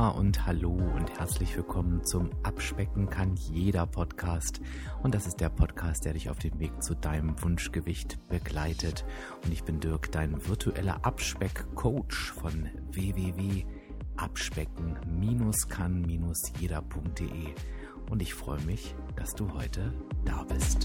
und hallo und herzlich willkommen zum Abspecken kann jeder Podcast. Und das ist der Podcast, der dich auf dem Weg zu deinem Wunschgewicht begleitet. Und ich bin Dirk, dein virtueller Abspeck-Coach von www.abspecken-kann-jeder.de. Und ich freue mich, dass du heute da bist.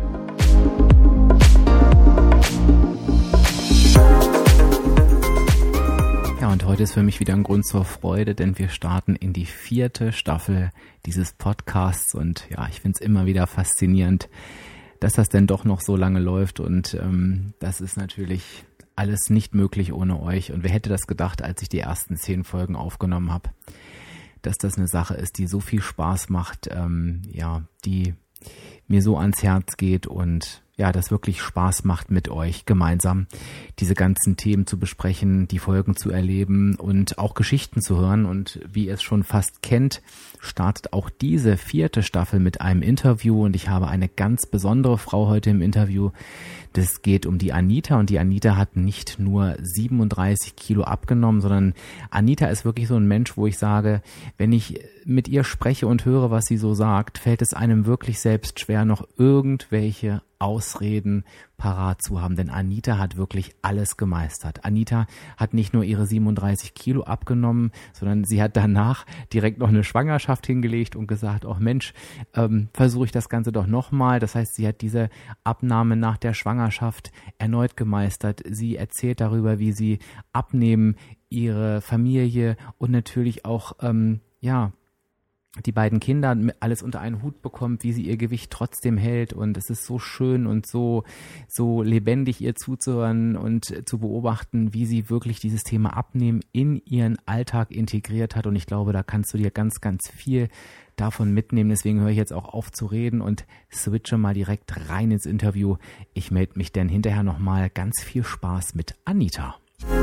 Ja, und heute ist für mich wieder ein Grund zur Freude, denn wir starten in die 4. Staffel dieses Podcasts und ja, ich finde es immer wieder faszinierend, dass das denn doch noch so lange läuft und das ist natürlich alles nicht möglich ohne euch. Und wer hätte das gedacht, als ich die ersten 10 Folgen aufgenommen habe, dass das eine Sache ist, die so viel Spaß macht, die mir so ans Herz geht und ja, das wirklich Spaß macht mit euch gemeinsam diese ganzen Themen zu besprechen, die Folgen zu erleben und auch Geschichten zu hören. Und wie ihr es schon fast kennt, startet auch diese 4. Staffel mit einem Interview und ich habe eine ganz besondere Frau heute im Interview. Das geht um die Anita und die Anita hat nicht nur 37 Kilo abgenommen, sondern Anita ist wirklich so ein Mensch, wo ich sage, wenn ich mit ihr spreche und höre, was sie so sagt, fällt es einem wirklich selbst schwer, noch irgendwelche Ausreden parat zu haben, denn Anita hat wirklich alles gemeistert. Anita hat nicht nur ihre 37 Kilo abgenommen, sondern sie hat danach direkt noch eine Schwangerschaft hingelegt und gesagt, oh Mensch, versuche ich das Ganze doch nochmal. Das heißt, sie hat diese Abnahme nach der Schwangerschaft erneut gemeistert. Sie erzählt darüber, wie sie abnehmen, ihre Familie und natürlich auch, die beiden Kinder alles unter einen Hut bekommt, wie sie ihr Gewicht trotzdem hält und es ist so schön und so lebendig ihr zuzuhören und zu beobachten, wie sie wirklich dieses Thema Abnehmen in ihren Alltag integriert hat und ich glaube, da kannst du dir ganz, ganz viel davon mitnehmen, deswegen höre ich jetzt auch auf zu reden und switche mal direkt rein ins Interview. Ich melde mich dann hinterher nochmal. Ganz viel Spaß mit Anita.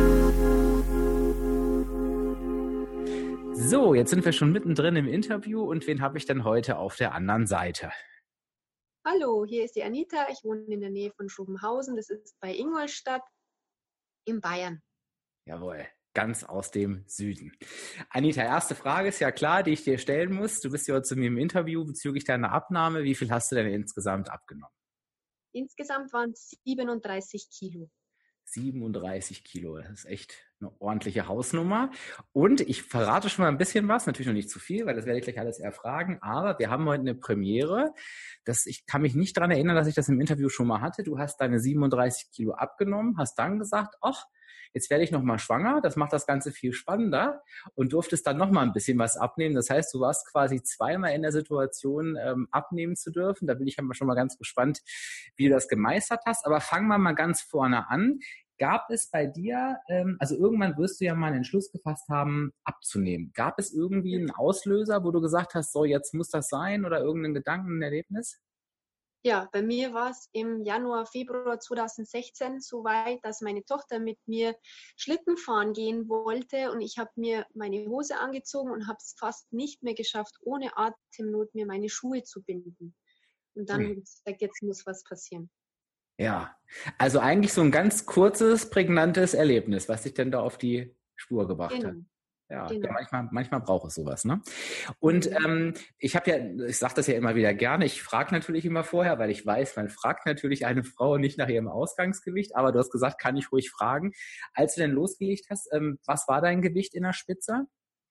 So, jetzt sind wir schon mittendrin im Interview und wen habe ich denn heute auf der anderen Seite? Hallo, hier ist die Anita. Ich wohne in der Nähe von Schobenhausen. Das ist bei Ingolstadt in Bayern. Jawohl, ganz aus dem Süden. Anita, erste Frage ist ja klar, die ich dir stellen muss. Du bist ja heute zu mir im Interview bezüglich deiner Abnahme. Wie viel hast du denn insgesamt abgenommen? Insgesamt waren es 37 Kilo. 37 Kilo, das ist echt eine ordentliche Hausnummer. Und ich verrate schon mal ein bisschen was, natürlich noch nicht zu viel, weil das werde ich gleich alles erfragen, aber wir haben heute eine Premiere. Ich kann mich nicht daran erinnern, dass ich das im Interview schon mal hatte. Du hast deine 37 Kilo abgenommen, hast dann gesagt, ach, jetzt werde ich nochmal schwanger, das macht das Ganze viel spannender und durftest dann nochmal ein bisschen was abnehmen. Das heißt, du warst quasi zweimal in der Situation, abnehmen zu dürfen. Da bin ich schon mal ganz gespannt, wie du das gemeistert hast. Aber fangen wir mal ganz vorne an. Gab es bei dir, also irgendwann wirst du ja mal einen Entschluss gefasst haben, abzunehmen. Gab es irgendwie einen Auslöser, wo du gesagt hast, so jetzt muss das sein oder irgendeinen Gedanken, ein Erlebnis? Ja, bei mir war es im Januar, Februar 2016 so weit, dass meine Tochter mit mir Schlitten fahren gehen wollte und ich habe mir meine Hose angezogen und habe es fast nicht mehr geschafft, ohne Atemnot mir meine Schuhe zu binden. Und dann habe ich gesagt, jetzt muss was passieren. Ja, also eigentlich so ein ganz kurzes, prägnantes Erlebnis, was dich denn da auf die Spur gebracht hat. Ja, Genau. Ja, manchmal braucht es sowas, ne? Und ich sage das ja immer wieder gerne, ich frage natürlich immer vorher, weil ich weiß, man fragt natürlich eine Frau nicht nach ihrem Ausgangsgewicht, aber du hast gesagt, kann ich ruhig fragen. Als du denn losgelegt hast, was war dein Gewicht in der Spitze?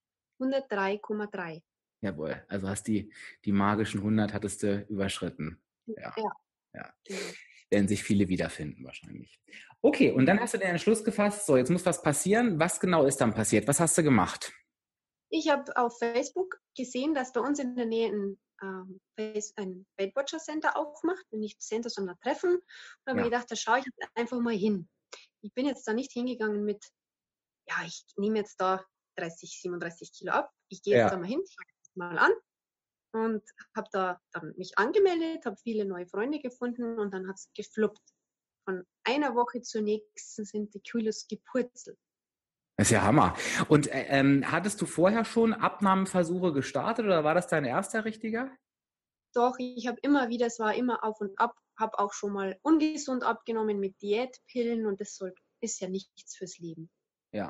103,3. Jawohl, also hast die magischen 100 hattest du überschritten. Ja. Genau. Werden sich viele wiederfinden wahrscheinlich. Okay, und dann hast du den Entschluss gefasst, so jetzt muss was passieren. Was genau ist dann passiert? Was hast du gemacht? Ich habe auf Facebook gesehen, dass bei uns in der Nähe ein Weight Watchers Center aufmacht. Nicht Center, sondern Treffen. Und habe mir gedacht, da schaue ich einfach mal hin. Ich bin jetzt da nicht hingegangen mit, ich nehme jetzt da 37 Kilo ab. Ich gehe jetzt da mal hin, schaue das mal an. Und habe da dann mich angemeldet, habe viele neue Freunde gefunden und dann hat es gefluppt. Von einer Woche zur nächsten sind die Kilos gepurzelt. Das ist ja Hammer. Und hattest du vorher schon Abnahmeversuche gestartet oder war das dein erster richtiger? Doch, ich habe immer wieder, es war immer auf und ab, habe auch schon mal ungesund abgenommen mit Diätpillen und das ist ja nichts fürs Leben. Ja.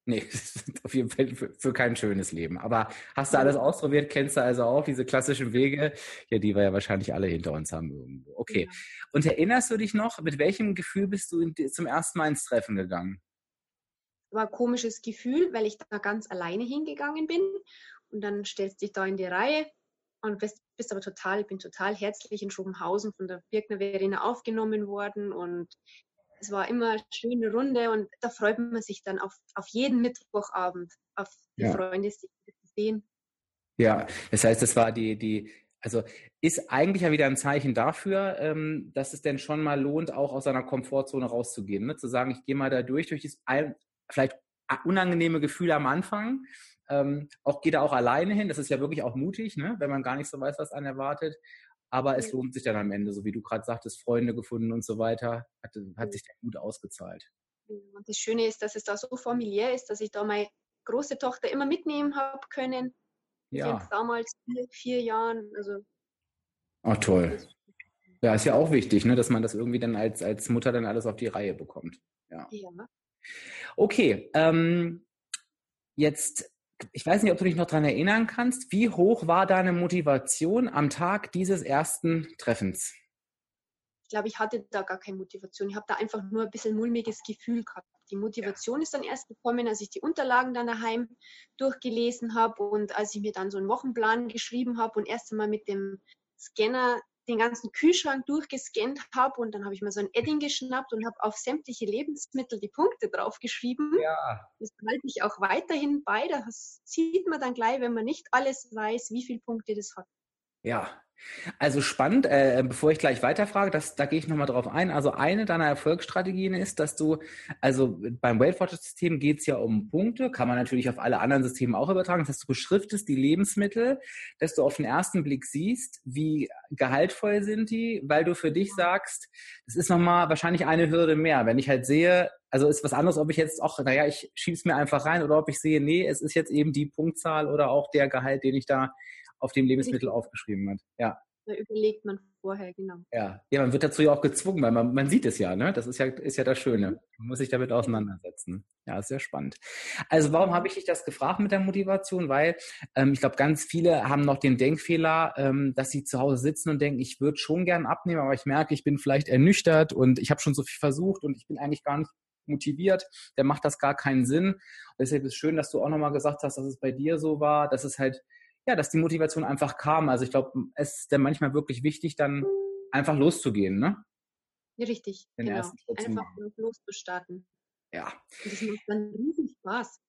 Nee, das ist auf jeden Fall für kein schönes Leben. Aber hast du alles ausprobiert? Kennst du also auch diese klassischen Wege? Ja, die wir ja wahrscheinlich alle hinter uns haben irgendwo. Okay. Ja. Und erinnerst du dich noch, mit welchem Gefühl bist du zum ersten Mal ins Treffen gegangen? War ein komisches Gefühl, weil ich da ganz alleine hingegangen bin. Und dann stellst du dich da in die Reihe und bist aber ich bin total herzlich in Schobenhausen von der Birkner Verena aufgenommen worden. Und es war immer eine schöne Runde und da freut man sich dann auf jeden Mittwochabend, auf die Ja. Freunde zu sehen. Ja, das heißt, das war also ist eigentlich ja wieder ein Zeichen dafür, dass es denn schon mal lohnt, auch aus seiner Komfortzone rauszugehen, ne? Zu sagen, ich gehe mal da durch dieses vielleicht unangenehme Gefühl am Anfang, gehe da auch alleine hin. Das ist ja wirklich auch mutig, ne? Wenn man gar nicht so weiß, was einen erwartet. Aber es lohnt sich dann am Ende, so wie du gerade sagtest, Freunde gefunden und so weiter, hat sich dann gut ausgezahlt. Und das Schöne ist, dass es da so familiär ist, dass ich da meine große Tochter immer mitnehmen habe können. Ja. Jetzt damals 4 Jahren. Also Oh, toll. Ja, ist ja auch wichtig, ne, dass man das irgendwie dann als Mutter dann alles auf die Reihe bekommt. Ja. Okay, jetzt, ich weiß nicht, ob du dich noch daran erinnern kannst, wie hoch war deine Motivation am Tag dieses ersten Treffens? Ich glaube, ich hatte da gar keine Motivation. Ich habe da einfach nur ein bisschen mulmiges Gefühl gehabt. Die Motivation ist dann erst gekommen, als ich die Unterlagen dann daheim durchgelesen habe und als ich mir dann so einen Wochenplan geschrieben habe und erst einmal mit dem Scanner den ganzen Kühlschrank durchgescannt habe und dann habe ich mir so ein Edding geschnappt und habe auf sämtliche Lebensmittel die Punkte draufgeschrieben. Ja. Das halte ich auch weiterhin bei. Das sieht man dann gleich, wenn man nicht alles weiß, wie viele Punkte das hat. Ja, also spannend, bevor ich gleich weiterfrage, da gehe ich nochmal drauf ein. Also eine deiner Erfolgsstrategien ist, dass also beim Weight Watchers System geht es ja um Punkte, kann man natürlich auf alle anderen Systeme auch übertragen. Das heißt, du beschriftest die Lebensmittel, dass du auf den ersten Blick siehst, wie gehaltvoll sind die, weil du für dich sagst, das ist nochmal wahrscheinlich eine Hürde mehr. Wenn ich halt sehe, also ist was anderes, ob ich jetzt auch, ich schieb's mir einfach rein oder ob ich sehe, nee, es ist jetzt eben die Punktzahl oder auch der Gehalt, den ich da auf dem Lebensmittel aufgeschrieben hat. Ja. Da überlegt man vorher, genau. Ja, man wird dazu ja auch gezwungen, weil man sieht es ja, ne? Das ist ja das Schöne. Man muss sich damit auseinandersetzen. Ja, ist sehr spannend. Also warum habe ich dich das gefragt mit der Motivation? Weil ich glaube, ganz viele haben noch den Denkfehler, dass sie zu Hause sitzen und denken, ich würde schon gern abnehmen, aber ich merke, ich bin vielleicht ernüchtert und ich habe schon so viel versucht und ich bin eigentlich gar nicht motiviert, dann macht das gar keinen Sinn. Und deshalb ist es schön, dass du auch nochmal gesagt hast, dass es bei dir so war, dass es halt dass die Motivation einfach kam. Also ich glaube, es ist dann manchmal wirklich wichtig, dann einfach loszugehen, ne? Ja, richtig, Den genau. ersten Schritt Einfach loszustarten. Ja. Und das macht dann riesen Spaß.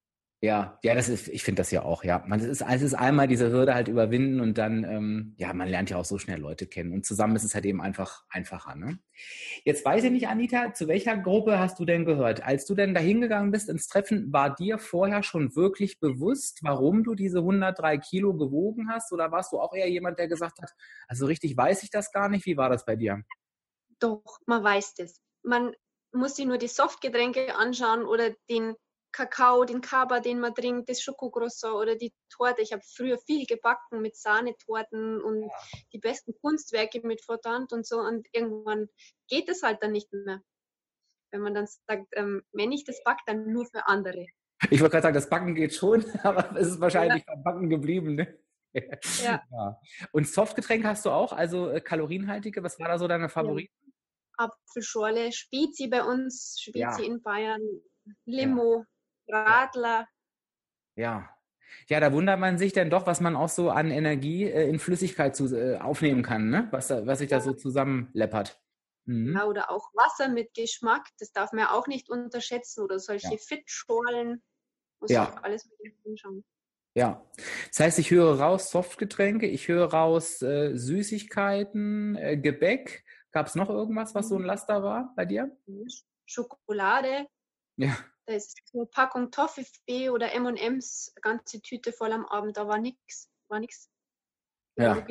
Ja, ich finde das ja auch, ja. Es ist einmal diese Hürde halt überwinden und dann, man lernt ja auch so schnell Leute kennen. Und zusammen ist es halt eben einfach einfacher, ne? Jetzt weiß ich nicht, Anita, zu welcher Gruppe hast du denn gehört? Als du denn da hingegangen bist ins Treffen, war dir vorher schon wirklich bewusst, warum du diese 103 Kilo gewogen hast? Oder warst du auch eher jemand, der gesagt hat, also richtig weiß ich das gar nicht? Wie war das bei dir? Doch, man weiß das. Man muss sich nur die Softgetränke anschauen oder den Kakao, den Kaba, den man trinkt, das Schokocroissant oder die Torte. Ich habe früher viel gebacken mit Sahnetorten und die besten Kunstwerke mit Fondant und so. Und irgendwann geht es halt dann nicht mehr. Wenn man dann sagt, wenn ich das backe, dann nur für andere. Ich wollte gerade sagen, das Backen geht schon, aber es ist wahrscheinlich beim Backen geblieben, ne? Ja. Und Softgetränke hast du auch, also kalorienhaltige? Was war da so deine Favoriten? Ja. Apfelschorle, Spezi bei uns, Spezi in Bayern, Limo, Radler. Ja. Ja, da wundert man sich dann doch, was man auch so an Energie in Flüssigkeit aufnehmen kann, ne? Was sich da so zusammenleppert. Mhm. Ja, oder auch Wasser mit Geschmack, das darf man auch nicht unterschätzen. Oder solche Fitschorlen. Muss ich alles mit anschauen. Ja, das heißt, ich höre raus Softgetränke, ich höre raus Süßigkeiten, Gebäck. Gab es noch irgendwas, was so ein Laster war bei dir? Schokolade. Ja. Da ist so eine Packung Toffifee oder M&M's, ganze Tüte voll am Abend. Da war nichts. Ja.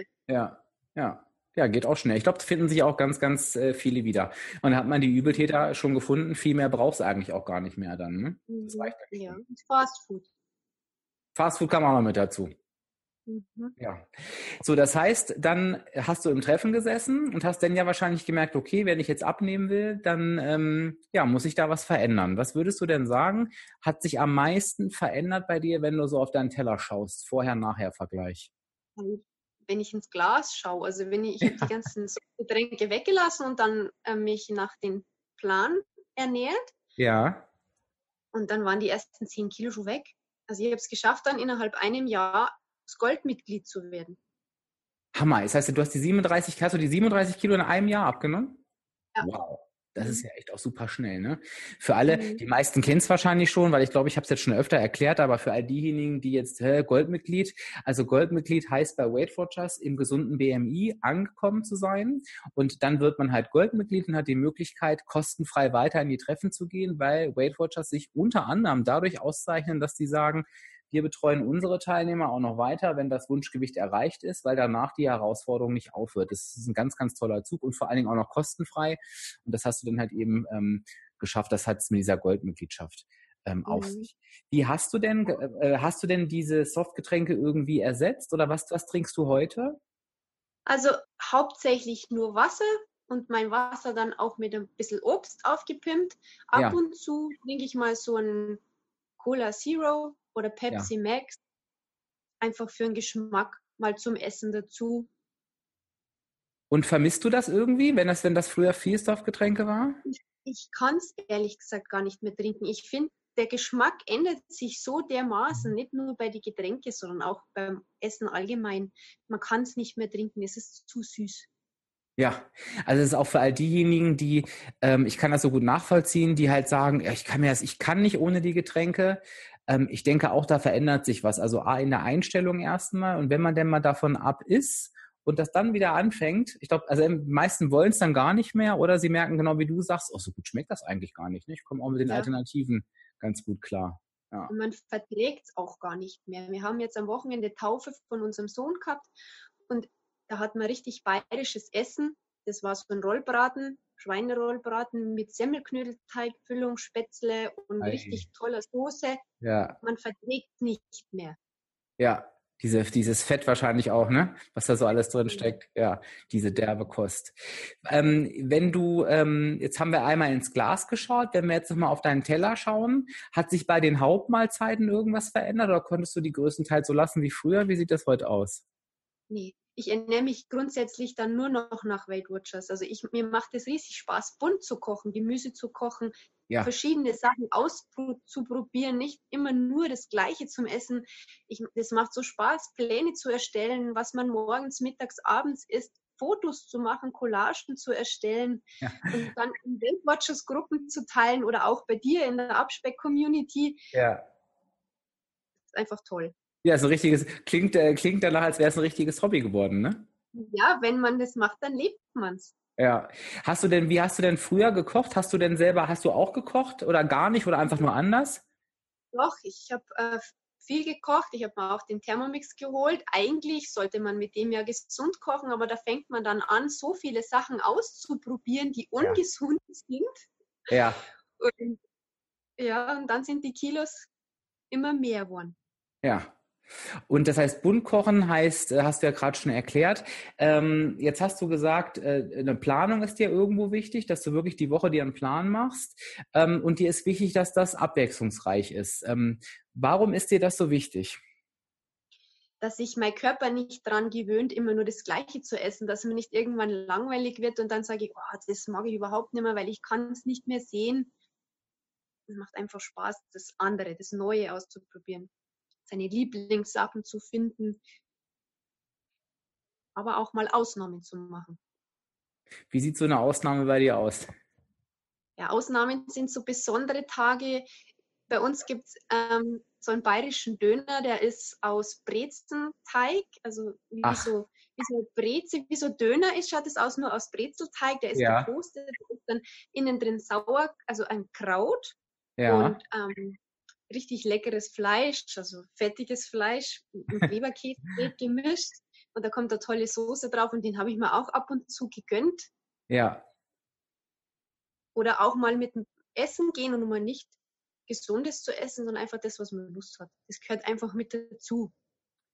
Ja, geht auch schnell. Ich glaube, da finden sich auch ganz, ganz viele wieder. Und da hat man die Übeltäter schon gefunden. Viel mehr braucht es eigentlich auch gar nicht mehr dann. Ne? Das reicht dann schon. Fast Food. Fast Food kam auch noch mit dazu. Mhm. Ja. So, das heißt, dann hast du im Treffen gesessen und hast dann ja wahrscheinlich gemerkt, okay, wenn ich jetzt abnehmen will, dann ja, muss ich da was verändern. Was würdest du denn sagen, hat sich am meisten verändert bei dir, wenn du so auf deinen Teller schaust? Vorher-Nachher-Vergleich. Und wenn ich ins Glas schaue, also ich habe die ganzen Getränke weggelassen und dann mich nach dem Plan ernährt Ja. und dann waren die ersten 10 Kilo schon weg. Also ich habe es geschafft, dann innerhalb einem Jahr das Goldmitglied zu werden. Hammer. Das heißt, hast du die 37 Kilo in einem Jahr abgenommen? Ja. Wow. Das ist Mhm. ja echt auch super schnell, ne? Für alle, Mhm. die meisten kennen es wahrscheinlich schon, weil ich glaube, ich habe es jetzt schon öfter erklärt, aber für all diejenigen, die jetzt Goldmitglied, also Goldmitglied heißt bei Weight Watchers im gesunden BMI angekommen zu sein und dann wird man halt Goldmitglied und hat die Möglichkeit, kostenfrei weiter in die Treffen zu gehen, weil Weight Watchers sich unter anderem dadurch auszeichnen, dass die sagen, wir betreuen unsere Teilnehmer auch noch weiter, wenn das Wunschgewicht erreicht ist, weil danach die Herausforderung nicht aufhört. Das ist ein ganz, ganz toller Zug und vor allen Dingen auch noch kostenfrei. Und das hast du dann halt eben geschafft. Das hat es mit dieser Goldmitgliedschaft auf Mhm. sich. Wie hast du denn diese Softgetränke irgendwie ersetzt oder was trinkst du heute? Also hauptsächlich nur Wasser und mein Wasser dann auch mit ein bisschen Obst aufgepimpt. Ab Ja, und zu trinke ich mal so ein Cola Zero oder ja. Pepsi Max, einfach für den Geschmack mal zum Essen dazu. Und vermisst du das irgendwie, wenn das früher viel Softgetränke war? Ich kann es ehrlich gesagt gar nicht mehr trinken. Ich finde, der Geschmack ändert sich so dermaßen, nicht nur bei den Getränken, sondern auch beim Essen allgemein. Man kann es nicht mehr trinken, es ist zu süß. Ja, also es ist auch für all diejenigen, die, ich kann das so gut nachvollziehen, die halt sagen, ja, ich kann nicht ohne die Getränke. Ich denke auch, da verändert sich was. Also A, in der Einstellung erstmal und wenn man denn mal davon ab ist und das dann wieder anfängt, ich glaube, also die meisten wollen es dann gar nicht mehr oder sie merken genau wie du sagst, oh, so gut schmeckt das eigentlich gar nicht. Ne? Ich komme auch mit den Ja. Alternativen ganz gut klar. Ja, Und man verträgt es auch gar nicht mehr. Wir haben jetzt am Wochenende Taufe von unserem Sohn gehabt und da hatten wir richtig bayerisches Essen. Das war so ein Rollbraten, Schweinerollbraten mit Semmelknödelteigfüllung, Spätzle und ei. richtig toller Soße. Ja. Man verträgt nicht mehr. Ja, dieses Fett wahrscheinlich auch, ne? Was da so alles drin steckt. Ja, diese derbe Kost. Wenn du, jetzt haben wir einmal ins Glas geschaut, wenn wir jetzt nochmal auf deinen Teller schauen, hat sich bei den Hauptmahlzeiten irgendwas verändert oder konntest du die größtenteils so lassen wie früher? Wie sieht das heute aus? Nee, ich ernähre mich grundsätzlich dann nur noch nach Weight Watchers. Also mir macht es riesig Spaß, bunt zu kochen, Gemüse zu kochen, Ja, verschiedene Sachen auszuprobieren, nicht immer nur das Gleiche zum Essen. Das macht so Spaß, Pläne zu erstellen, was man morgens, mittags, abends isst, Fotos zu machen, Collagen zu erstellen ja, und dann in Weight Watchers Gruppen zu teilen oder auch bei dir in der Abspeck-Community. ja. Ist einfach toll. Ja, so ein richtiges, klingt danach, als wäre es ein richtiges Hobby geworden, ne? Ja, wenn man das macht, dann lebt man es. Ja. Wie hast du denn früher gekocht? Hast du auch gekocht oder gar nicht oder einfach nur anders? Doch, ich habe viel gekocht. Ich habe mir auch den Thermomix geholt. Eigentlich sollte man mit dem ja gesund kochen, aber da fängt man dann an, so viele Sachen auszuprobieren, die Ja. ungesund sind. Ja. Und, ja, und dann sind die Kilos immer mehr geworden. Ja. Und das heißt, bunt kochen heißt, hast du ja gerade schon erklärt. Jetzt hast du gesagt, eine Planung ist dir irgendwo wichtig, dass du wirklich die Woche dir einen Plan machst. Und dir ist wichtig, dass das abwechslungsreich ist. Warum ist dir das so wichtig? Dass sich mein Körper nicht daran gewöhnt, immer nur das Gleiche zu essen, dass mir nicht irgendwann langweilig wird und dann sage ich, oh, das mag ich überhaupt nicht mehr, weil ich kann es nicht mehr sehen. Es macht einfach Spaß, das andere, das Neue auszuprobieren, seine Lieblingssachen zu finden, aber auch mal Ausnahmen zu machen. Wie sieht so eine Ausnahme bei dir aus? Ja, Ausnahmen sind so besondere Tage. Bei uns gibt es so einen bayerischen Döner, der ist aus Brezenteig, also Ach, wie so Breze, wie so Döner ist, schaut es aus, nur aus Brezelteig, der ist ja, getoastet, da ist dann innen drin sauer, also ein Kraut ja, und richtig leckeres Fleisch, also fettiges Fleisch mit Leberkäse gemischt und da kommt eine tolle Soße drauf und den habe ich mir auch ab und zu gegönnt. ja, Oder auch mal mit dem Essen gehen und mal nicht Gesundes zu essen, sondern einfach das, was man Lust hat. Das gehört einfach mit dazu. ja.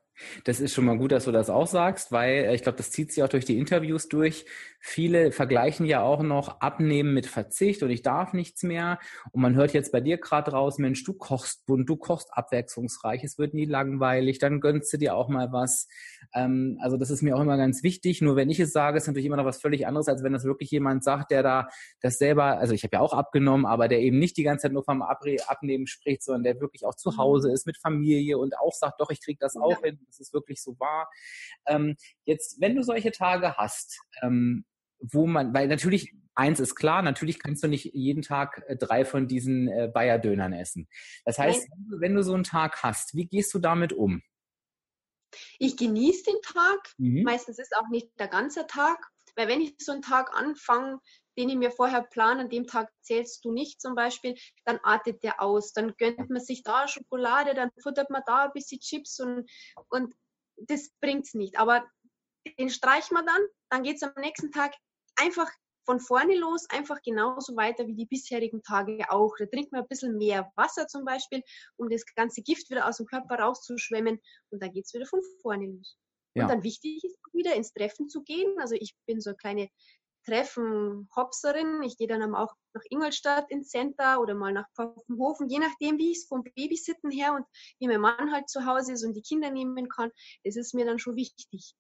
Das ist schon mal gut, dass du das auch sagst, weil ich glaube, das zieht sich auch durch die Interviews durch. Viele vergleichen ja auch noch Abnehmen mit Verzicht und ich darf nichts mehr. Und man hört jetzt bei dir gerade raus, Mensch, du kochst bunt, du kochst abwechslungsreich, es wird nie langweilig, dann gönnst du dir auch mal was. Also das ist mir auch immer ganz wichtig. Nur wenn ich es sage, ist natürlich immer noch was völlig anderes, als wenn das wirklich jemand sagt, der da das selber, also ich habe ja auch abgenommen, aber der eben nicht die ganze Zeit nur vom Abnehmen spricht, sondern der wirklich auch zu Hause ist mit Familie und auch sagt, doch, ich kriege das auch hin. Das ist wirklich so wahr. Jetzt, wenn du solche Tage hast, wo man, weil natürlich, eins ist klar, natürlich kannst du nicht jeden Tag 3 von diesen Bayer-Dönern essen. Das heißt, wenn du so einen Tag hast, wie gehst du damit um? Ich genieße den Tag. Meistens ist auch nicht der ganze Tag, weil wenn ich so einen Tag anfange, den ich mir vorher plane, an dem Tag zählst du nicht zum Beispiel, dann artet der aus. Dann gönnt man sich da Schokolade, dann futtert man da ein bisschen Chips und das bringt es nicht. Aber den streichen wir dann geht es am nächsten Tag einfach von vorne los, einfach genauso weiter wie die bisherigen Tage auch. Da trinkt man ein bisschen mehr Wasser zum Beispiel, um das ganze Gift wieder aus dem Körper rauszuschwemmen und dann geht es wieder von vorne los. Ja. Und dann wichtig ist wieder ins Treffen zu gehen. Also ich bin so eine kleine Treffen-Hopserin. Ich gehe dann auch nach Ingolstadt ins Center oder mal nach Pfaffenhofen, je nachdem, wie ich es vom Babysitten her und wie mein Mann halt zu Hause ist und die Kinder nehmen kann. Das ist mir dann schon wichtig.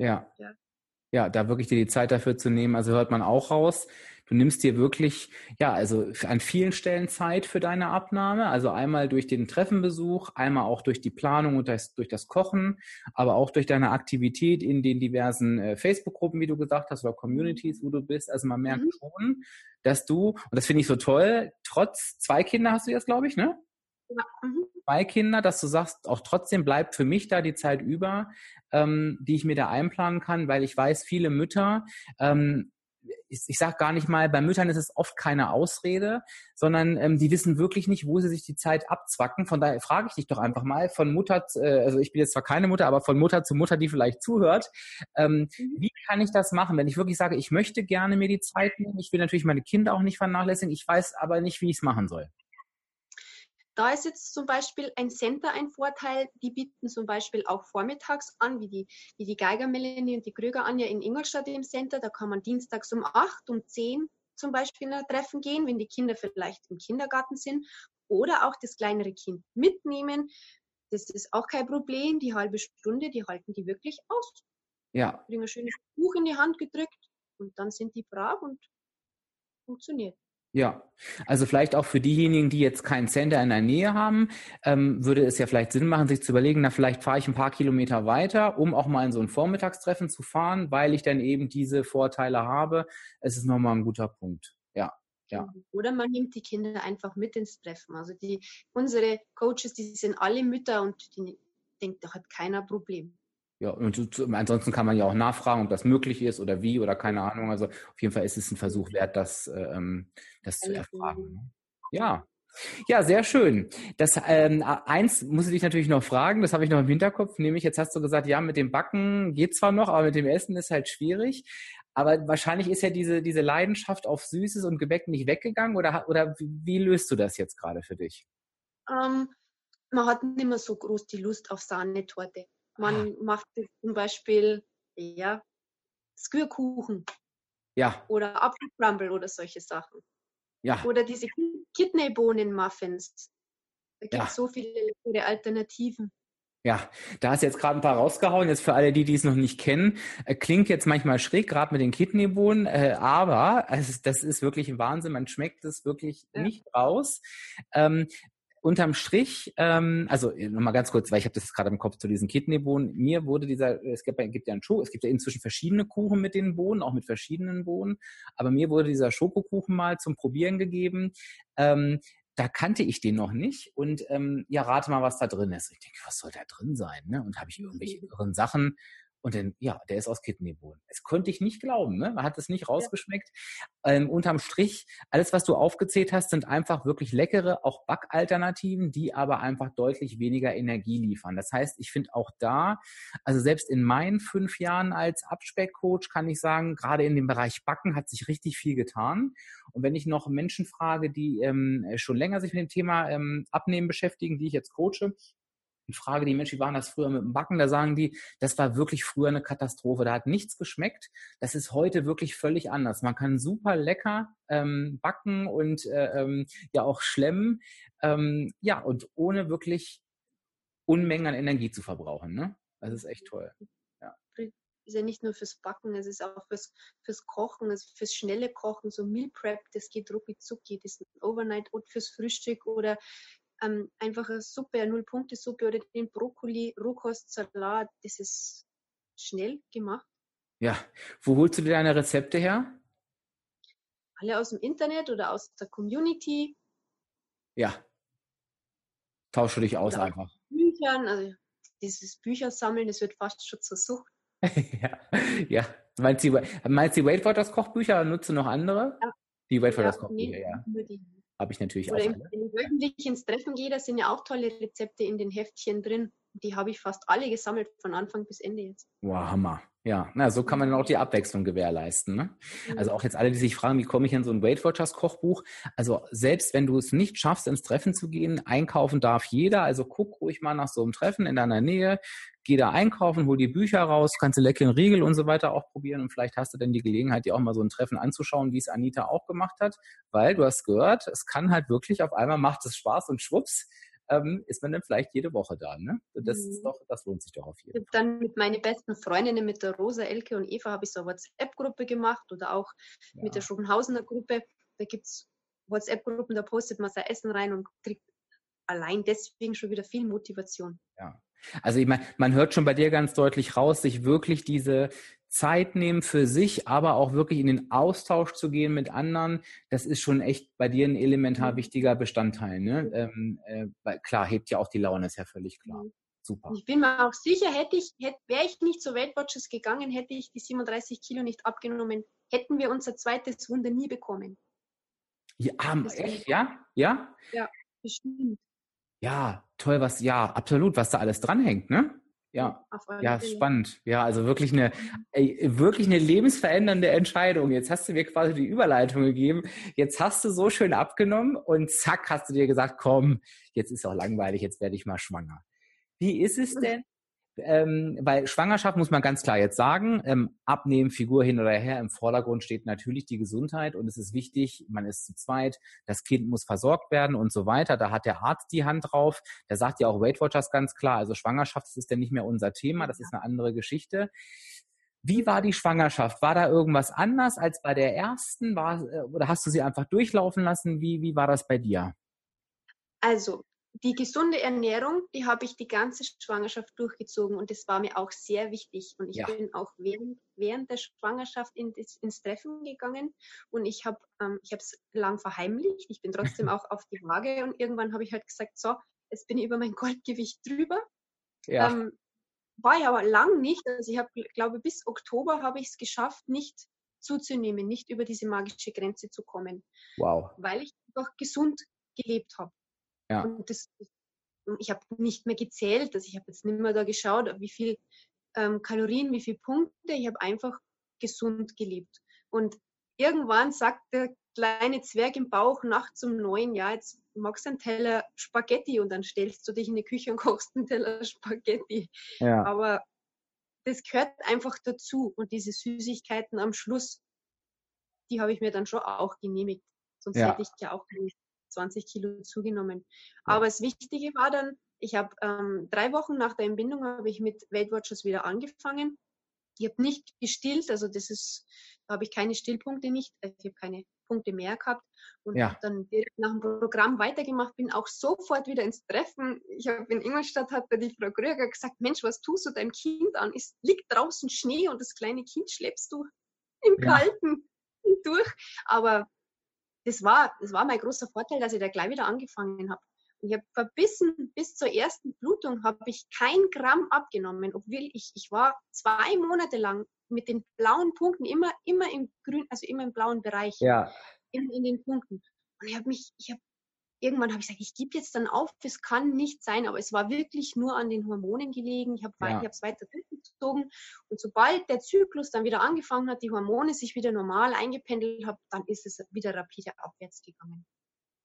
Ja, da wirklich dir die Zeit dafür zu nehmen, also hört man auch raus. Du nimmst dir wirklich, ja, also an vielen Stellen Zeit für deine Abnahme, also einmal durch den Treffenbesuch, einmal auch durch die Planung und durch das Kochen, aber auch durch deine Aktivität in den diversen Facebook-Gruppen, wie du gesagt hast, oder Communities, wo du bist. Also man merkt schon, dass du, und das finde ich so toll, trotz 2 Kinder hast du jetzt, glaube ich, ne? Ja. 2 Kinder, dass du sagst, auch trotzdem bleibt für mich da die Zeit über, die ich mir da einplanen kann, weil ich weiß, viele Mütter, ich sage gar nicht mal, bei Müttern ist es oft keine Ausrede, sondern die wissen wirklich nicht, wo sie sich die Zeit abzwacken. Von daher frage ich dich doch einfach mal von Mutter, also ich bin jetzt zwar keine Mutter, aber von Mutter zu Mutter, die vielleicht zuhört, wie kann ich das machen, wenn ich wirklich sage, ich möchte gerne mir die Zeit nehmen, ich will natürlich meine Kinder auch nicht vernachlässigen, ich weiß aber nicht, wie ich es machen soll. Da ist jetzt zum Beispiel ein Center ein Vorteil, die bieten zum Beispiel auch vormittags an, wie die Geiger Melanie und die Kröger Anja in Ingolstadt im Center. Da kann man dienstags um 8, um 10 zum Beispiel in ein Treffen gehen, wenn die Kinder vielleicht im Kindergarten sind oder auch das kleinere Kind mitnehmen. Das ist auch kein Problem. Die halbe Stunde, die halten die wirklich aus. Ja. Kriegen ein schönes Buch in die Hand gedrückt und dann sind die brav und funktioniert. Ja, also vielleicht auch für diejenigen, die jetzt keinen Center in der Nähe haben, würde es ja vielleicht Sinn machen, sich zu überlegen, na vielleicht fahre ich ein paar Kilometer weiter, um auch mal in so ein Vormittagstreffen zu fahren, weil ich dann eben diese Vorteile habe. Es ist nochmal ein guter Punkt. Ja. Oder man nimmt die Kinder einfach mit ins Treffen. Also unsere Coaches, die sind alle Mütter und die denkt, da hat keiner Problem. Ja, und ansonsten kann man ja auch nachfragen, ob das möglich ist oder wie oder keine Ahnung. Also auf jeden Fall ist es ein Versuch wert, das zu erfragen. Ja. Ja, sehr schön. Das eins muss ich dich natürlich noch fragen, das habe ich noch im Hinterkopf, nämlich jetzt hast du gesagt, ja, mit dem Backen geht zwar noch, aber mit dem Essen ist halt schwierig. Aber wahrscheinlich ist ja diese Leidenschaft auf Süßes und Gebäck nicht weggegangen oder wie löst du das jetzt gerade für dich? Man hat nicht mehr so groß die Lust auf Sahnetorte. Man macht zum Beispiel Skürkuchen oder Apfelcrumble oder solche Sachen. Ja. Oder diese Kidneybohnen-Muffins. Da gibt es so viele leckere Alternativen. Ja, da hast du jetzt gerade ein paar rausgehauen. Jetzt für alle, die es noch nicht kennen, klingt jetzt manchmal schräg, gerade mit den Kidneybohnen, aber das ist wirklich ein Wahnsinn. Man schmeckt es wirklich nicht raus. Unterm Strich, also nochmal ganz kurz, weil ich habe das gerade im Kopf zu diesen Kidneybohnen. Mir wurde es gibt ja inzwischen verschiedene Kuchen mit den Bohnen, auch mit verschiedenen Bohnen, aber mir wurde dieser Schokokuchen mal zum Probieren gegeben. Da kannte ich den noch nicht und rate mal, was da drin ist. Ich denke, was soll da drin sein? Ne? Und habe ich irgendwelche irren Sachen und dann, der ist aus Kidneybohnen. Das konnte ich nicht glauben, ne? Man hat es nicht rausgeschmeckt. Unterm Strich, alles, was du aufgezählt hast, sind einfach wirklich leckere, auch Backalternativen, die aber einfach deutlich weniger Energie liefern. Das heißt, ich finde auch da, also selbst in meinen 5 Jahren als Abspeckcoach kann ich sagen, gerade in dem Bereich Backen hat sich richtig viel getan. Und wenn ich noch Menschen frage, die schon länger sich mit dem Thema Abnehmen beschäftigen, die ich jetzt coache, und frage die Menschen, wie waren das früher mit dem Backen? Da sagen die, das war wirklich früher eine Katastrophe. Da hat nichts geschmeckt. Das ist heute wirklich völlig anders. Man kann super lecker backen und ja auch schlemmen. Ja, und ohne wirklich Unmengen an Energie zu verbrauchen. Ne? Das ist echt toll. Ja. Ist ja nicht nur fürs Backen, es ist auch fürs Kochen, also fürs schnelle Kochen, so Meal Prep, das geht rucki zucki, das ist ein Overnight Oat fürs Frühstück oder einfach eine Suppe, eine Null-Punkte-Suppe oder den Brokkoli, Rohkostsalat, das ist schnell gemacht. Ja, wo holst du dir deine Rezepte her? Alle aus dem Internet oder aus der Community. Ja, tausche dich aus Oder auch einfach. Büchern, also dieses Büchersammeln, das wird fast schon zur Sucht. Ja, ja. Meinst du die Weight Watchers Kochbücher oder nutzt du noch andere? Ja, Die Weight ja, Watchers Kochbücher, nee, ja. nur die. Habe ich natürlich Oder auch alle. wenn ich wöchentlich ins Treffen gehe, da sind ja auch tolle Rezepte in den Heftchen drin. Die habe ich fast alle gesammelt, von Anfang bis Ende jetzt. Wow, Hammer. Ja, na, so kann man dann auch die Abwechslung gewährleisten. Ne? Also auch jetzt alle, die sich fragen, wie komme ich in so ein Weight Watchers Kochbuch? Also selbst wenn du es nicht schaffst, ins Treffen zu gehen, einkaufen darf jeder. Also guck ruhig mal nach so einem Treffen in deiner Nähe. Geh da einkaufen, hol die Bücher raus, kannst du leckeren Riegel und so weiter auch probieren. Und vielleicht hast du dann die Gelegenheit, dir auch mal so ein Treffen anzuschauen, wie es Anita auch gemacht hat. Weil du hast gehört, es kann halt wirklich auf einmal macht es Spaß und schwupps, ist man dann vielleicht jede Woche da. Ne? Das lohnt sich doch auf jeden Fall. Dann mit meinen besten Freundinnen, mit der Rosa, Elke und Eva, habe ich so eine WhatsApp-Gruppe gemacht oder auch mit der Schopenhausener Gruppe. Da gibt es WhatsApp-Gruppen, da postet man sein Essen rein und kriegt allein deswegen schon wieder viel Motivation. Ja. Also ich meine, man hört schon bei dir ganz deutlich raus, sich wirklich diese Zeit nehmen für sich, aber auch wirklich in den Austausch zu gehen mit anderen, das ist schon echt bei dir ein elementar wichtiger Bestandteil. Ne? Weil klar, hebt ja auch die Laune, ist ja völlig klar. Super. Ich bin mir auch sicher, wäre ich nicht zu Weight Watchers gegangen, hätte ich die 37 Kilo nicht abgenommen, hätten wir unser zweites Wunder nie bekommen. Ja, echt? Ja? Ja? Ja, bestimmt. Ja, toll, absolut, was da alles dranhängt, ne? Ja, ja, spannend. Ja, also wirklich eine lebensverändernde Entscheidung. Jetzt hast du mir quasi die Überleitung gegeben. Jetzt hast du so schön abgenommen und zack, hast du dir gesagt, komm, jetzt ist auch langweilig, jetzt werde ich mal schwanger. Wie ist es denn? Weil Schwangerschaft muss man ganz klar jetzt sagen, abnehmen, Figur hin oder her, im Vordergrund steht natürlich die Gesundheit und es ist wichtig, man ist zu zweit, das Kind muss versorgt werden und so weiter, da hat der Arzt die Hand drauf, der sagt ja auch Weight Watchers ganz klar, also Schwangerschaft, das ist ja nicht mehr unser Thema, das ist eine andere Geschichte. Wie war die Schwangerschaft? War da irgendwas anders als bei der ersten? Oder hast du sie einfach durchlaufen lassen? Wie war das bei dir? Also, die gesunde Ernährung, die habe ich die ganze Schwangerschaft durchgezogen und das war mir auch sehr wichtig. Und ich bin auch während der Schwangerschaft ins Treffen gegangen und ich habe es lang verheimlicht. Ich bin trotzdem auch auf die Waage und irgendwann habe ich halt gesagt, so, jetzt bin ich über mein Goldgewicht drüber. Ja. War ich aber lang nicht. Also ich habe, glaube bis Oktober habe ich es geschafft, nicht zuzunehmen, nicht über diese magische Grenze zu kommen. Wow. Weil ich einfach gesund gelebt habe. Ja. Und ich habe nicht mehr gezählt, also ich habe jetzt nicht mehr da geschaut, wie viel Kalorien, wie viele Punkte, ich habe einfach gesund gelebt. Und irgendwann sagt der kleine Zwerg im Bauch nachts um 9, ja, jetzt magst du einen Teller Spaghetti und dann stellst du dich in die Küche und kochst einen Teller Spaghetti. Ja. Aber das gehört einfach dazu und diese Süßigkeiten am Schluss, die habe ich mir dann schon auch genehmigt. Sonst hätte ich ja auch nicht 20 Kilo zugenommen. Aber das Wichtige war dann, ich habe 3 Wochen nach der Entbindung habe ich mit Weight Watchers wieder angefangen. Ich habe nicht gestillt, also da habe ich keine Stillpunkte nicht, ich habe keine Punkte mehr gehabt und dann direkt nach dem Programm weitergemacht, bin auch sofort wieder ins Treffen. Ich habe in Ingolstadt, hat die Frau Kröger gesagt, Mensch, was tust du deinem Kind an? Es liegt draußen Schnee und das kleine Kind schleppst du im Kalten durch. Aber das war mein großer Vorteil, dass ich da gleich wieder angefangen habe. Und ich habe verbissen, bis zur ersten Blutung habe ich kein Gramm abgenommen, obwohl ich war 2 Monate lang mit den blauen Punkten immer im grün, also immer im blauen Bereich, immer in den Punkten. Und irgendwann habe ich gesagt, ich gebe jetzt dann auf, das kann nicht sein, aber es war wirklich nur an den Hormonen gelegen. Ich habe es weiter durchgezogen und sobald der Zyklus dann wieder angefangen hat, die Hormone sich wieder normal eingependelt haben, dann ist es wieder rapide abwärts gegangen.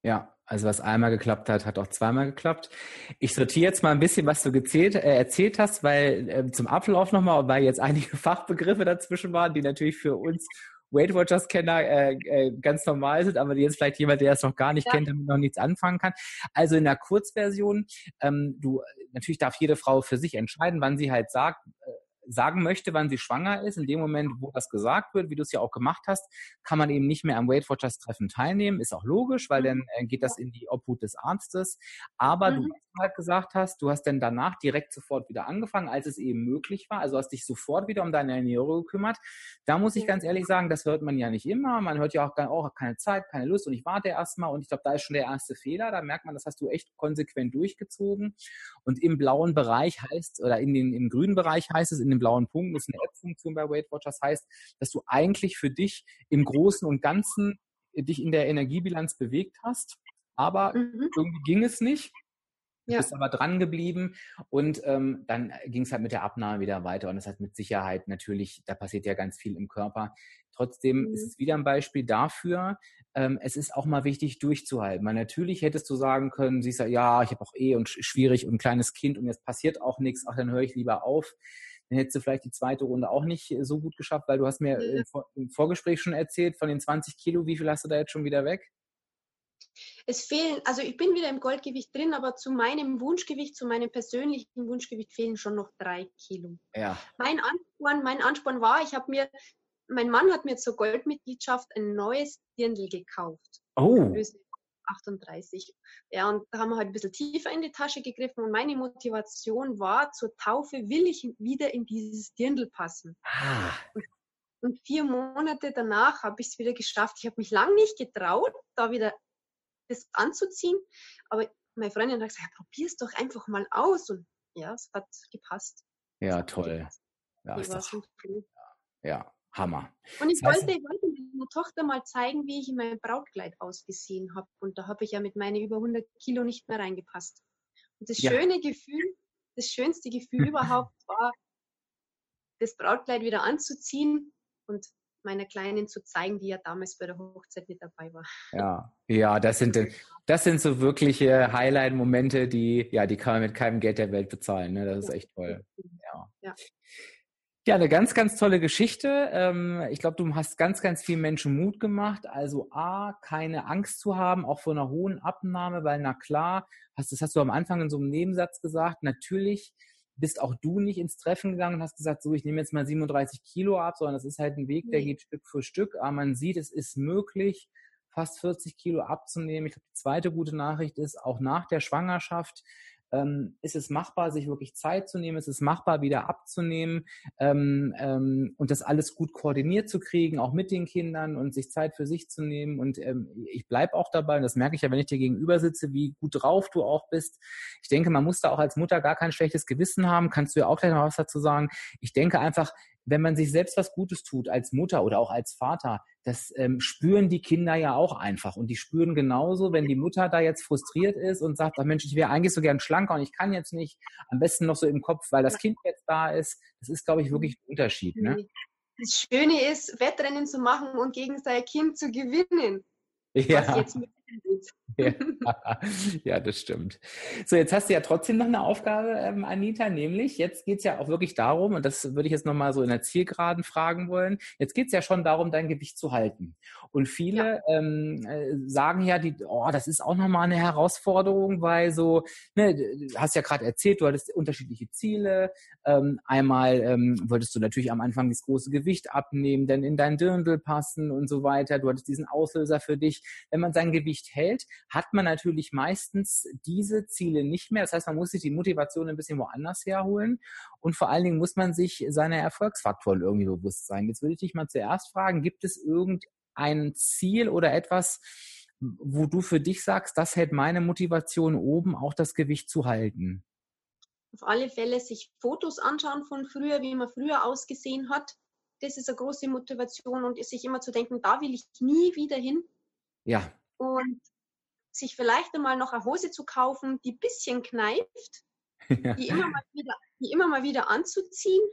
Ja, also was einmal geklappt hat, hat auch zweimal geklappt. Ich sortiere jetzt mal ein bisschen, was du erzählt hast, weil zum Ablauf nochmal, weil jetzt einige Fachbegriffe dazwischen waren, die natürlich für uns Weight Watchers-Kenner ganz normal sind, aber jetzt vielleicht jemand, der das noch gar nicht Ja. kennt, damit noch nichts anfangen kann. Also in der Kurzversion, natürlich darf jede Frau für sich entscheiden, wann sie halt sagen möchte, wann sie schwanger ist. In dem Moment, wo das gesagt wird, wie du es ja auch gemacht hast, kann man eben nicht mehr am Weight Watchers Treffen teilnehmen. Ist auch logisch, weil dann geht das in die Obhut des Arztes. Aber du halt gesagt hast, du hast dann danach direkt sofort wieder angefangen, als es eben möglich war. Also hast dich sofort wieder um deine Ernährung gekümmert. Da muss ich ganz ehrlich sagen, das hört man ja nicht immer. Man hört ja auch keine Zeit, keine Lust und ich warte erstmal. Und ich glaube, da ist schon der erste Fehler. Da merkt man, das hast du echt konsequent durchgezogen. Und im blauen Bereich oder im grünen Bereich heißt es, in dem blauen Punkt, das ist eine App-Funktion bei Weight Watchers, heißt, dass du eigentlich für dich im Großen und Ganzen dich in der Energiebilanz bewegt hast. Aber irgendwie ging es nicht. Du bist aber dran geblieben und dann ging es halt mit der Abnahme wieder weiter und das hat mit Sicherheit natürlich, da passiert ja ganz viel im Körper. Trotzdem ist es wieder ein Beispiel dafür, es ist auch mal wichtig durchzuhalten. Weil natürlich hättest du sagen können, siehst du, ja, ich habe auch und schwierig und ein kleines Kind und jetzt passiert auch nichts, ach, dann höre ich lieber auf. Dann hättest du vielleicht die zweite Runde auch nicht so gut geschafft, weil du hast mir im Vorgespräch schon erzählt, von den 20 Kilo, wie viel hast du da jetzt schon wieder weg? Es fehlen, also ich bin wieder im Goldgewicht drin, aber zu meinem Wunschgewicht, zu meinem persönlichen Wunschgewicht fehlen schon noch 3 Kilo. Ja. Mein Ansporn war, mein Mann hat mir zur Goldmitgliedschaft ein neues Dirndl gekauft. Oh. Größe 38. Ja, und da haben wir halt ein bisschen tiefer in die Tasche gegriffen und meine Motivation war, zur Taufe will ich wieder in dieses Dirndl passen. Ah. Und 4 Monate danach habe ich es wieder geschafft. Ich habe mich lange nicht getraut, da wieder das anzuziehen, aber meine Freundin hat gesagt, ja, probier's doch einfach mal aus und ja, es hat gepasst. Ja, toll. Ja, ich war so cool. Ja, Hammer. Und ich wollte meiner Tochter mal zeigen, wie ich in meinem Brautkleid ausgesehen habe und da habe ich ja mit meinen über 100 Kilo nicht mehr reingepasst. Und das schönste Gefühl überhaupt war, das Brautkleid wieder anzuziehen und meiner Kleinen zu zeigen, die ja damals bei der Hochzeit mit dabei war. Ja, das sind so wirkliche Highlight-Momente, die kann man mit keinem Geld der Welt bezahlen. Ne? Das ist echt toll. Ja, eine ganz, ganz tolle Geschichte. Ich glaube, du hast ganz, ganz vielen Menschen Mut gemacht. Also keine Angst zu haben, auch vor einer hohen Abnahme, weil na klar, das hast du am Anfang in so einem Nebensatz gesagt, natürlich bist auch du nicht ins Treffen gegangen und hast gesagt, so, ich nehme jetzt mal 37 Kilo ab, sondern das ist halt ein Weg, der geht Stück für Stück. Aber man sieht, es ist möglich, fast 40 Kilo abzunehmen. Ich glaube, die zweite gute Nachricht ist, auch nach der Schwangerschaft ist es machbar, sich wirklich Zeit zu nehmen, ist es machbar, wieder abzunehmen und das alles gut koordiniert zu kriegen, auch mit den Kindern und sich Zeit für sich zu nehmen. Und ich bleibe auch dabei, und das merke ich ja, wenn ich dir gegenüber sitze, wie gut drauf du auch bist. Ich denke, man muss da auch als Mutter gar kein schlechtes Gewissen haben. Kannst du ja auch gleich noch was dazu sagen. Ich denke einfach, wenn man sich selbst was Gutes tut als Mutter oder auch als Vater, das spüren die Kinder ja auch einfach. Und die spüren genauso, wenn die Mutter da jetzt frustriert ist und sagt, ach Mensch, ich wäre eigentlich so gern schlanker und ich kann jetzt nicht. Am besten noch so im Kopf, weil das Kind jetzt da ist. Das ist, glaube ich, wirklich ein Unterschied. Ne? Das Schöne ist, Wettrennen zu machen und gegen sein Kind zu gewinnen. Ja. Was jetzt Ja, das stimmt. So, jetzt hast du ja trotzdem noch eine Aufgabe, Anita, nämlich jetzt geht's ja auch wirklich darum, und das würde ich jetzt nochmal so in der Zielgeraden fragen wollen, jetzt geht's ja schon darum, dein Gewicht zu halten. Und viele sagen ja, das ist auch nochmal eine Herausforderung, weil so, ne, du hast ja gerade erzählt, du hattest unterschiedliche Ziele. Einmal wolltest du natürlich am Anfang das große Gewicht abnehmen, dann in dein Dirndl passen und so weiter. Du hattest diesen Auslöser für dich. Wenn man sein Gewicht hält, hat man natürlich meistens diese Ziele nicht mehr. Das heißt, man muss sich die Motivation ein bisschen woanders herholen und vor allen Dingen muss man sich seiner Erfolgsfaktoren irgendwie bewusst sein. Jetzt würde ich dich mal zuerst fragen, gibt es irgendein Ziel oder etwas, wo du für dich sagst, das hält meine Motivation oben, auch das Gewicht zu halten? Auf alle Fälle sich Fotos anschauen von früher, wie man früher ausgesehen hat. Das ist eine große Motivation und sich immer zu denken, da will ich nie wieder hin. Ja. Und sich vielleicht einmal noch eine Hose zu kaufen, die ein bisschen kneift, die immer mal wieder anzuziehen,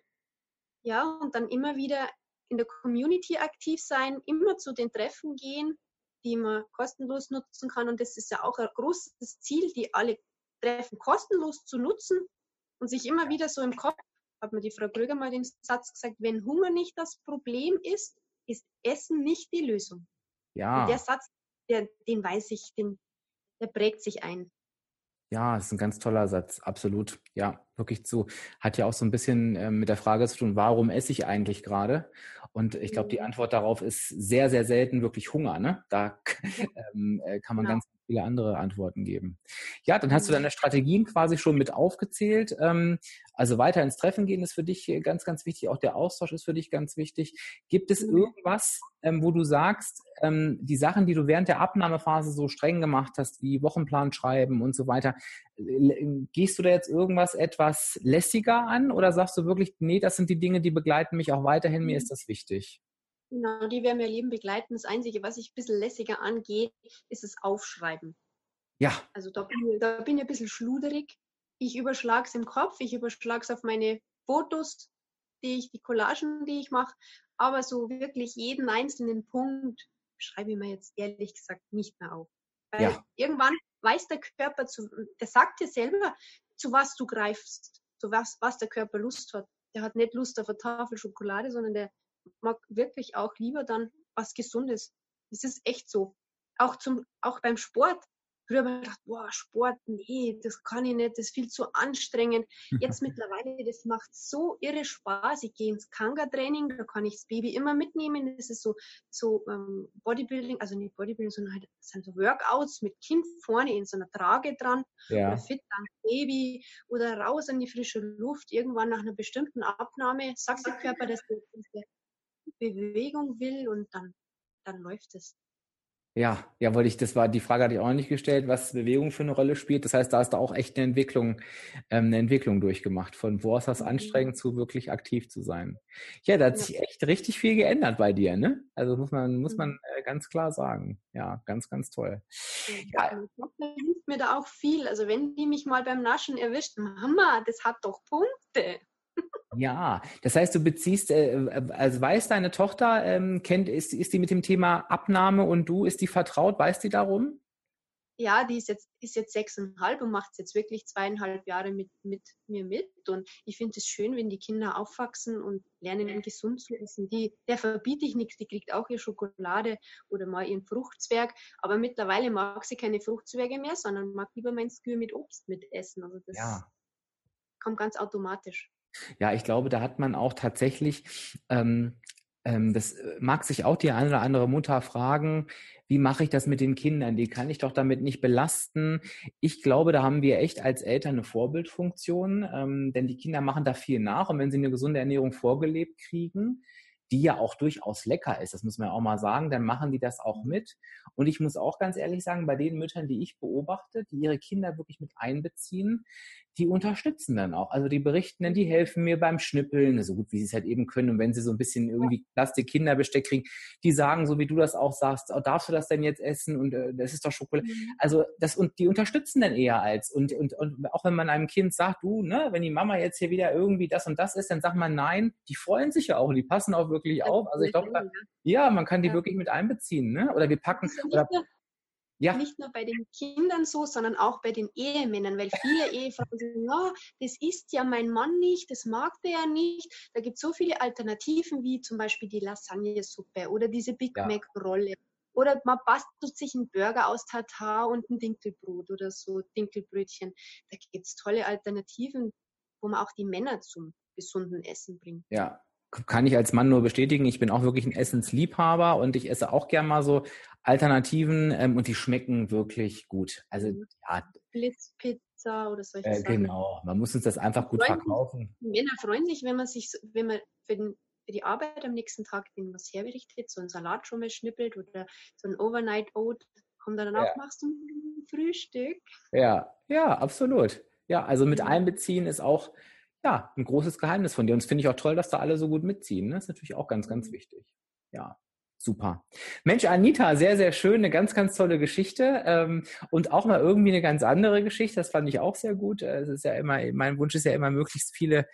ja, und dann immer wieder in der Community aktiv sein, immer zu den Treffen gehen die man kostenlos nutzen kann. Und das ist ja auch ein großes Ziel, die alle Treffen kostenlos zu nutzen und sich immer wieder so im Kopf, hat mir die Frau Kröger mal den Satz gesagt, wenn Hunger nicht das Problem ist, ist Essen nicht die Lösung. Ja. Und der Satz, den weiß ich, der prägt sich ein. Ja, das ist ein ganz toller Satz, absolut. Ja, wirklich so. Hat ja auch so ein bisschen mit der Frage zu tun, warum esse ich eigentlich gerade? Und ich glaube, die Antwort darauf ist sehr, sehr selten wirklich Hunger. Ne? Da kann man ganz viele andere Antworten geben. Ja, dann hast du deine Strategien quasi schon mit aufgezählt. Also weiter ins Treffen gehen ist für dich ganz, ganz wichtig. Auch der Austausch ist für dich ganz wichtig. Gibt es irgendwas, wo du sagst, die Sachen, die du während der Abnahmephase so streng gemacht hast, wie Wochenplan schreiben und so weiter, gehst du da jetzt irgendwas etwas lässiger an oder sagst du wirklich, nee, das sind die Dinge, die begleiten mich auch weiterhin, mir ist das wichtig? Genau, die werden mir Leben begleiten. Das Einzige, was ich ein bisschen lässiger angehe, ist das Aufschreiben. Ja. Also da bin ich ein bisschen schluderig. Ich überschlage es im Kopf, ich überschlage es auf meine Fotos, die Collagen, die ich mache, aber so wirklich jeden einzelnen Punkt schreibe ich mir jetzt ehrlich gesagt nicht mehr auf. Weil irgendwann weiß der Körper, der sagt dir selber, zu was du greifst, zu was der Körper Lust hat. Der hat nicht Lust auf eine Tafel Schokolade, sondern der mag wirklich auch lieber dann was Gesundes. Das ist echt so. Auch beim Sport. Früher habe ich gedacht, boah, Sport, nee, das kann ich nicht, das ist viel zu anstrengend. Jetzt mittlerweile, das macht so irre Spaß. Ich gehe ins Kanga-Training, da kann ich das Baby immer mitnehmen. Das ist so Bodybuilding, also nicht Bodybuilding, sondern halt, das sind so Workouts mit Kind vorne in so einer Trage dran. Oder fit dank Baby oder raus in die frische Luft. Irgendwann nach einer bestimmten Abnahme sagt der Körper, dass der Bewegung will und dann läuft es. Ja, die Frage hatte ich auch noch nicht gestellt, was Bewegung für eine Rolle spielt. Das heißt, da hast du auch echt eine Entwicklung durchgemacht, von wo ist das anstrengend zu wirklich aktiv zu sein. Ja, da hat sich echt richtig viel geändert bei dir, ne? Also muss man ganz klar sagen. Ja, ganz, ganz toll. Ja. Das hilft mir da auch viel. Also wenn die mich mal beim Naschen erwischt, Mama, das hat doch Punkte. Ja, das heißt, du beziehst, also weiß deine Tochter, ist die mit dem Thema Abnahme und ist die vertraut, weiß die darum? Ja, die ist jetzt 6,5 und macht es jetzt wirklich 2,5 Jahre mit mir mit. Und ich finde es schön, wenn die Kinder aufwachsen und lernen, gesund zu essen. Der verbiete ich nichts, die kriegt auch ihre Schokolade oder mal ihren Fruchtzwerg. Aber mittlerweile mag sie keine Fruchtzwerge mehr, sondern mag lieber mein Skür mit Obst mit essen. Also das kommt ganz automatisch. Ja, ich glaube, da hat man auch tatsächlich, das mag sich auch die eine oder andere Mutter fragen, wie mache ich das mit den Kindern? Die kann ich doch damit nicht belasten. Ich glaube, da haben wir echt als Eltern eine Vorbildfunktion, denn die Kinder machen da viel nach und wenn sie eine gesunde Ernährung vorgelebt kriegen, die ja auch durchaus lecker ist, das muss man ja auch mal sagen, dann machen die das auch mit. Und ich muss auch ganz ehrlich sagen, bei den Müttern, die ich beobachte, die ihre Kinder wirklich mit einbeziehen, die unterstützen dann auch. Also die berichten dann, die helfen mir beim Schnippeln, so gut wie sie es halt eben können. Und wenn sie so ein bisschen irgendwie Plastik-Kinderbesteck kriegen, die sagen, so wie du das auch sagst, oh, darfst du das denn jetzt essen? Und das ist doch Schokolade. Also die unterstützen dann eher und auch wenn man einem Kind sagt, du, ne, wenn die Mama jetzt hier wieder irgendwie das und das ist, dann sagt man nein. Die freuen sich ja auch und die passen auch wirklich auf. Also ich glaube, man kann die wirklich mit einbeziehen, ne? Oder wir packen nicht nur bei den Kindern so, sondern auch bei den Ehemännern, weil viele Ehefrauen sagen, ja, das isst ja mein Mann nicht, das mag der ja nicht. Da gibt es so viele Alternativen, wie zum Beispiel die Lasagnesuppe oder diese Big Mac-Rolle. Oder man bastelt sich einen Burger aus Tartar und ein Dinkelbrot oder so, Dinkelbrötchen. Da gibt es tolle Alternativen, wo man auch die Männer zum gesunden Essen bringt. Ja. Kann ich als Mann nur bestätigen. Ich bin auch wirklich ein Essensliebhaber und ich esse auch gern mal so Alternativen und die schmecken wirklich gut. Also Blitzpizza oder solche Sachen. Genau, man muss uns das einfach gut verkaufen. Die Männer freuen sich, wenn man für die Arbeit am nächsten Tag denen was herrichtet, so einen Salat schon mal schnippelt oder so ein Overnight Oat, kommt dann auch, machst du ein Frühstück. Ja, absolut. Ja, also mit einbeziehen ist auch ein großes Geheimnis von dir. Und das finde ich auch toll, dass da alle so gut mitziehen. Ne? Das ist natürlich auch ganz, ganz wichtig. Ja, super. Mensch, Anita, sehr, sehr schön. Eine ganz, ganz tolle Geschichte. Und auch mal irgendwie eine ganz andere Geschichte. Das fand ich auch sehr gut. Es ist ja immer, mein Wunsch ist ja immer, möglichst viele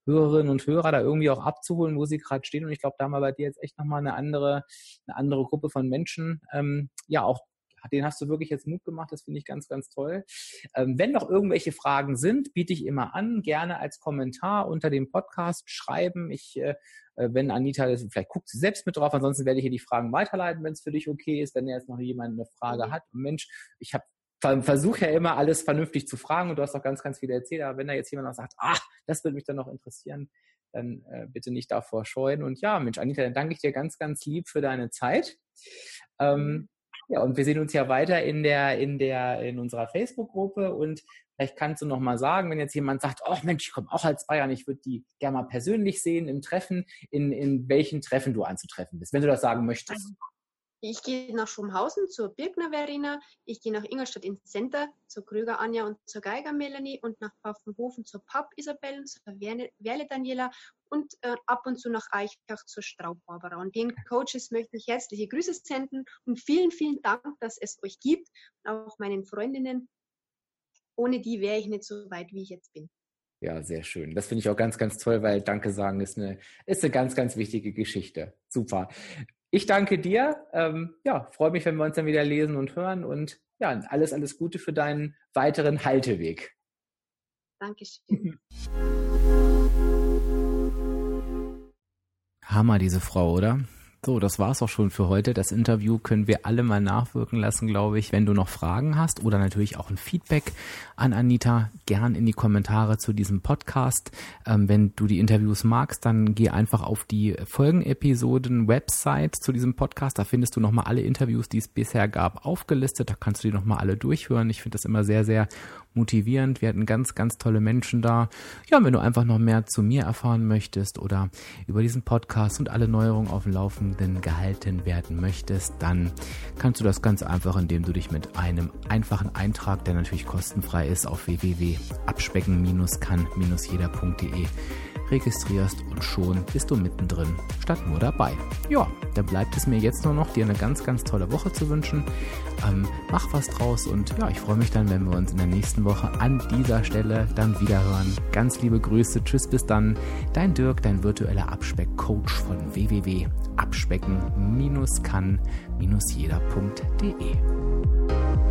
Hörerinnen und Hörer da irgendwie auch abzuholen, wo sie gerade stehen. Und ich glaube, da haben wir bei dir jetzt echt nochmal eine andere Gruppe von Menschen, auch den hast du wirklich jetzt Mut gemacht, das finde ich ganz, ganz toll. Wenn noch irgendwelche Fragen sind, biete ich immer an, gerne als Kommentar unter dem Podcast schreiben. Wenn Anita, vielleicht guckt sie selbst mit drauf, ansonsten werde ich ihr die Fragen weiterleiten, wenn es für dich okay ist, wenn jetzt noch jemand eine Frage hat. Und Mensch, ich versuche ja immer alles vernünftig zu fragen und du hast auch ganz, ganz viele erzählt, aber wenn da jetzt jemand noch sagt, das würde mich dann noch interessieren, dann bitte nicht davor scheuen. Und ja, Mensch, Anita, dann danke ich dir ganz, ganz lieb für deine Zeit. Ja, und wir sehen uns ja weiter in unserer Facebook-Gruppe und vielleicht kannst du noch mal sagen, wenn jetzt jemand sagt, Mensch, ich komme auch als Bayern, ich würde die gerne mal persönlich sehen im Treffen, in welchen Treffen du anzutreffen bist, wenn du das sagen möchtest. Ich gehe nach Schumhausen zur Birkner Verena, ich gehe nach Ingolstadt ins Center, zur Kröger Anja und zur Geiger Melanie und nach Pfaffenhofen zur Papp Isabel, zur Werle Daniela und ab und zu nach Eichach zur Straub Barbara. Und den Coaches möchte ich herzliche Grüße senden und vielen, vielen Dank, dass es euch gibt und auch meinen Freundinnen. Ohne die wäre ich nicht so weit, wie ich jetzt bin. Ja, sehr schön. Das finde ich auch ganz, ganz toll, weil Danke sagen ist eine ganz, ganz wichtige Geschichte. Super. Ich danke dir. Freue mich, wenn wir uns dann wieder lesen und hören. Und ja, alles, alles Gute für deinen weiteren Halteweg. Dankeschön. Hammer, diese Frau, oder? So, das war's auch schon für heute. Das Interview können wir alle mal nachwirken lassen, glaube ich. Wenn du noch Fragen hast oder natürlich auch ein Feedback an Anita, gern in die Kommentare zu diesem Podcast. Wenn du die Interviews magst, dann geh einfach auf die Folgenepisoden-Website zu diesem Podcast. Da findest du nochmal alle Interviews, die es bisher gab, aufgelistet. Da kannst du die nochmal alle durchhören. Ich finde das immer sehr, sehr motivierend. Wir hatten ganz, ganz tolle Menschen da. Ja, und wenn du einfach noch mehr zu mir erfahren möchtest oder über diesen Podcast und alle Neuerungen auf dem Laufenden gehalten werden möchtest, dann kannst du das ganz einfach, indem du dich mit einem einfachen Eintrag, der natürlich kostenfrei ist, auf www.abspecken-kann-jeder.de registrierst und schon bist du mittendrin, statt nur dabei. Ja, dann bleibt es mir jetzt nur noch, dir eine ganz, ganz tolle Woche zu wünschen. Mach was draus und ja, ich freue mich dann, wenn wir uns in der nächsten Woche an dieser Stelle dann wieder hören. Ganz liebe Grüße, tschüss, bis dann. Dein Dirk, dein virtueller Abspeck-Coach von www.abspecken-kann-jeder.de.